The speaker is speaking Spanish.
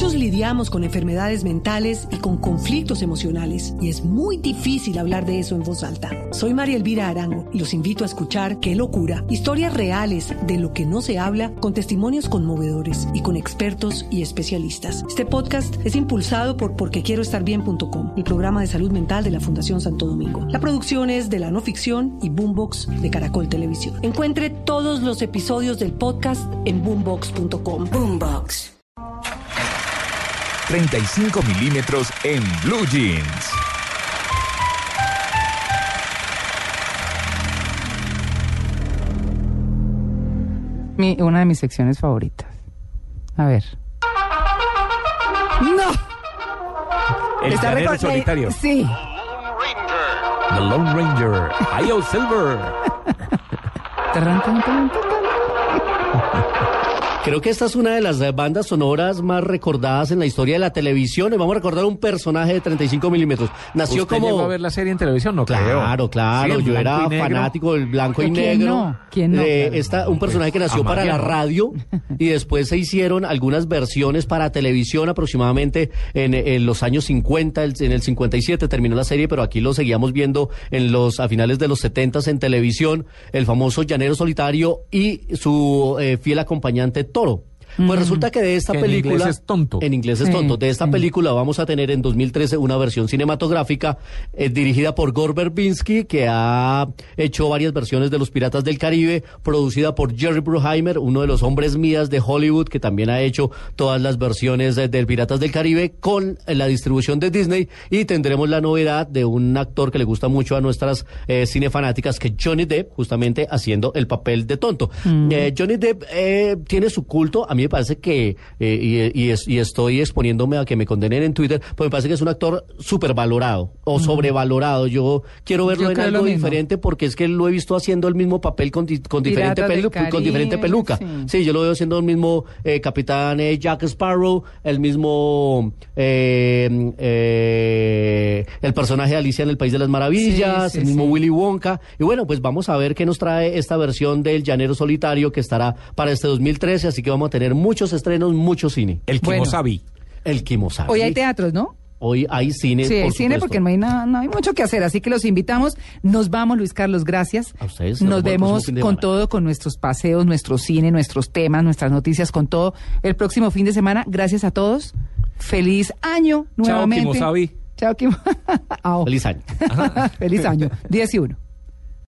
Muchos lidiamos con enfermedades mentales y con conflictos emocionales, y es muy difícil hablar de eso en voz alta. Soy María Elvira Arango y los invito a escuchar Qué Locura, historias reales de lo que no se habla, con testimonios conmovedores y con expertos y especialistas. Este podcast es impulsado por porquequieroestarbien.com, el programa de salud mental de la Fundación Santo Domingo. La producción es de La No Ficción y Boombox de Caracol Televisión. Encuentre todos los episodios del podcast en boombox.com. Boombox. 35 milímetros en Blue Jeans. Una de mis secciones favoritas. A ver. ¡No! El llanero solitario. Sí. The Lone Ranger. I.O. Silver. Creo que esta es una de las bandas sonoras más recordadas en la historia de la televisión. Y vamos a recordar un personaje de 35 milímetros. Nació ¿Usted como... llegó a ver la serie en televisión? No Claro, creo. Sí, yo era fanático del blanco y negro. ¿Quién no? Un personaje que nació para la radio y después se hicieron algunas versiones para televisión aproximadamente en los años 50, en el 57 terminó la serie, pero aquí lo seguíamos viendo a finales de los 70 en televisión, el famoso Llanero Solitario y su fiel acompañante Toro. Pues resulta que de esta película... En inglés es tonto. En inglés es tonto. De esta película vamos a tener en 2013 una versión cinematográfica dirigida por Gore Verbinski, que ha hecho varias versiones de Los Piratas del Caribe, producida por Jerry Bruckheimer, uno de los hombres mías de Hollywood, que también ha hecho todas las versiones de Piratas del Caribe, con la distribución de Disney, y tendremos la novedad de un actor que le gusta mucho a nuestras cinefanáticas, que es Johnny Depp, justamente haciendo el papel de tonto. Johnny Depp tiene su culto. A mí me parece que, y estoy exponiéndome a que me condenen en Twitter, pues me parece que es un actor supervalorado o sobrevalorado. Yo quiero verlo en algo diferente, porque es que lo he visto haciendo el mismo papel con diferente peluca. Sí, yo lo veo haciendo el mismo capitán Jack Sparrow, el mismo el personaje de Alicia en el País de las Maravillas, el mismo Willy Wonka. Y bueno, pues vamos a ver qué nos trae esta versión del Llanero Solitario, que estará para este 2013, así que vamos a tener muchos estrenos, mucho cine. El Kimosabi. El Kimosabi. Hoy hay teatros, ¿no? Hoy hay cine. Sí, hay cine porque no hay mucho que hacer, así que los invitamos. Nos vamos, Luis Carlos, gracias. A ustedes. Nos vemos con todo, con nuestros paseos, nuestro cine, nuestros temas, nuestras noticias, con todo el próximo fin de semana. Gracias a todos. Feliz año nuevamente. Chao, Kimosabi. Chao, Kimosabi. Feliz año. Feliz año. 10 y 1.